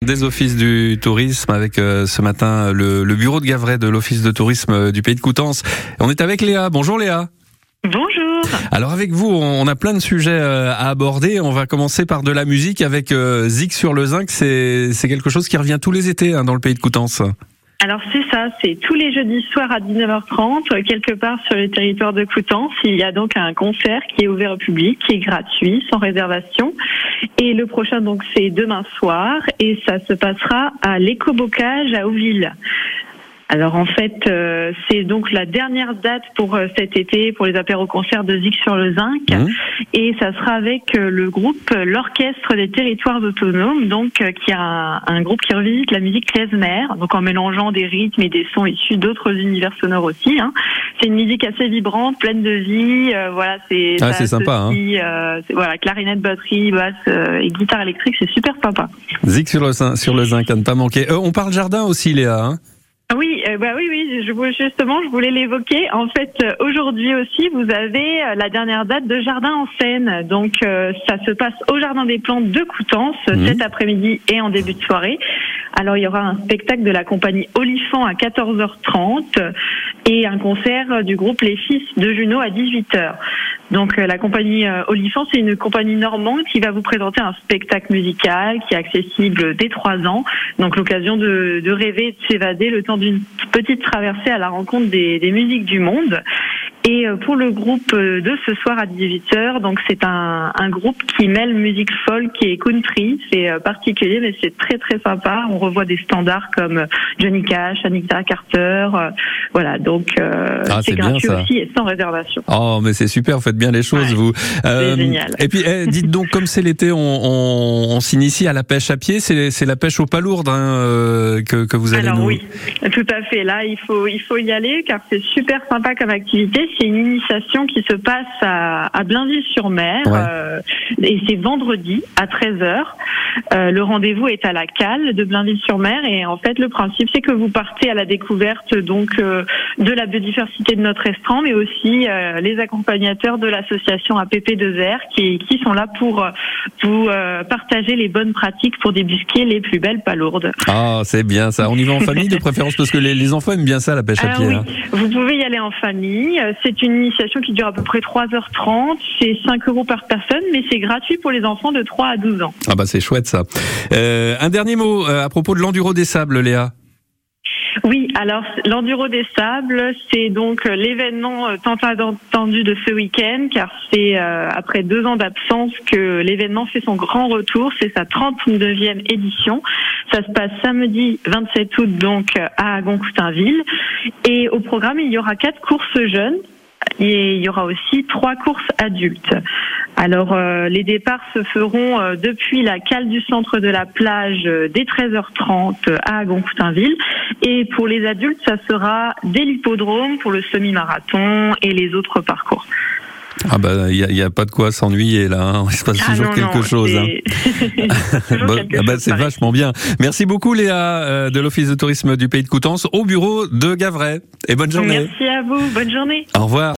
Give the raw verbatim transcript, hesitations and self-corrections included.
Des offices du tourisme avec euh, ce matin le, le bureau de Gavray de l'office de tourisme du pays de Coutances. On est avec Léa. Bonjour Léa. Bonjour. Alors avec vous, on a plein de sujets à aborder. On va commencer par de la musique avec euh, Zik sur le Zinc. C'est, c'est quelque chose qui revient tous les étés hein, dans le pays de Coutances. Alors c'est ça, c'est tous les jeudis soirs à dix-neuf heures trente, quelque part sur le territoire de Coutances. Il y a donc un concert qui est ouvert au public, qui est gratuit, sans réservation. Et le prochain donc c'est demain soir et ça se passera à l'Éco-Bocage à Auville. Alors en fait, euh, c'est donc la dernière date pour euh, cet été pour les apéros-concerts de Zik sur le Zinc, mmh. et ça sera avec euh, le groupe euh, l'Orchestre des Territoires Autonomes, donc euh, qui a un, un groupe qui revisite la musique klezmer, donc en mélangeant des rythmes et des sons issus d'autres univers sonores aussi. Hein. C'est une musique assez vibrante, pleine de vie. Euh, voilà, c'est ah, c'est sympa. Hein. Euh, c'est, voilà, clarinette, batterie, basse euh, et guitare électrique, c'est super sympa. Zik sur le sur le Zinc, à ne pas manquer. Euh, on parle jardin aussi, Léa. Hein. Oui, euh, bah oui, oui. Je voulais justement, je voulais l'évoquer. En fait, euh, aujourd'hui aussi, vous avez euh, la dernière date de Jardin en scène. Donc, euh, ça se passe au Jardin des Plantes de Coutances mmh. cet après-midi et en début de soirée. Alors, il y aura un spectacle de la compagnie Olifant à quatorze heures trente et un concert du groupe Les Fils de Junot à dix-huit heures. Donc, euh, la compagnie euh, Olifant, c'est une compagnie normande qui va vous présenter un spectacle musical qui est accessible dès trois ans. Donc, l'occasion de, de rêver et de s'évader le temps d'une petite traversée à la rencontre des, des musiques du monde. Et pour le groupe de ce soir à dix-huit heures, donc c'est un, un groupe qui mêle musique folk et country. C'est particulier, mais c'est très très sympa. On revoit des standards comme Johnny Cash, Anita Carter. Voilà, donc euh, ah, c'est, c'est gratuit bien, ça. aussi et sans réservation. Oh, mais c'est super, vous faites bien les choses, ouais, vous. Euh, c'est génial. Et puis, eh, dites donc, comme c'est l'été, on, on, on s'initie à la pêche à pied. C'est, c'est la pêche aux palourdes hein, euh, que, que vous allez Alors nous... oui, tout à fait. Là, il faut il faut y aller car c'est super sympa comme activité. C'est une initiation qui se passe à, à Blainville-sur-Mer ouais. euh, et c'est vendredi à treize heures. Euh, le rendez-vous est à la cale de Blainville-sur-Mer et en fait le principe c'est que vous partez à la découverte donc euh, de la biodiversité de notre estran, mais aussi euh, les accompagnateurs de l'association A P P deux R qui qui sont là pour vous euh, partager les bonnes pratiques pour débusquer les plus belles palourdes. Ah, c'est bien ça. On y va en famille de préférence parce que les, les enfants aiment bien ça la pêche à pied. Oui, hein. Vous pouvez y aller en famille. C'est une initiation qui dure à peu près trois heures trente. C'est cinq euros par personne, mais c'est gratuit pour les enfants de trois à douze ans. Ah bah c'est chouette ça. Euh, un dernier mot euh, à propos de l'Enduro des Sables, Léa. Oui, alors l'Enduro des Sables, c'est donc l'événement tant attendu de ce week-end, car c'est euh, après deux ans d'absence que l'événement fait son grand retour. C'est sa trente-neuvième édition. Ça se passe samedi vingt-sept août donc à Agon-Coutainville. Et au programme, il y aura quatre courses jeunes. Et il y aura aussi trois courses adultes. Alors, euh, les départs se feront euh, depuis la cale du centre de la plage euh, dès treize heures trente à Agon-Coutainville. Et pour les adultes, ça sera dès l'hippodrome pour le semi-marathon et les autres parcours. Ah bah il y a, y a pas de quoi s'ennuyer là, hein. Il se passe ah toujours non, quelque non, chose. Hein. toujours bon, quelque ah bah, chose c'est pareil. Vachement bien. Merci beaucoup Léa euh, de l'office de tourisme du pays de Coutances au bureau de Gavray. Et bonne journée. Merci à vous, bonne journée. Au revoir.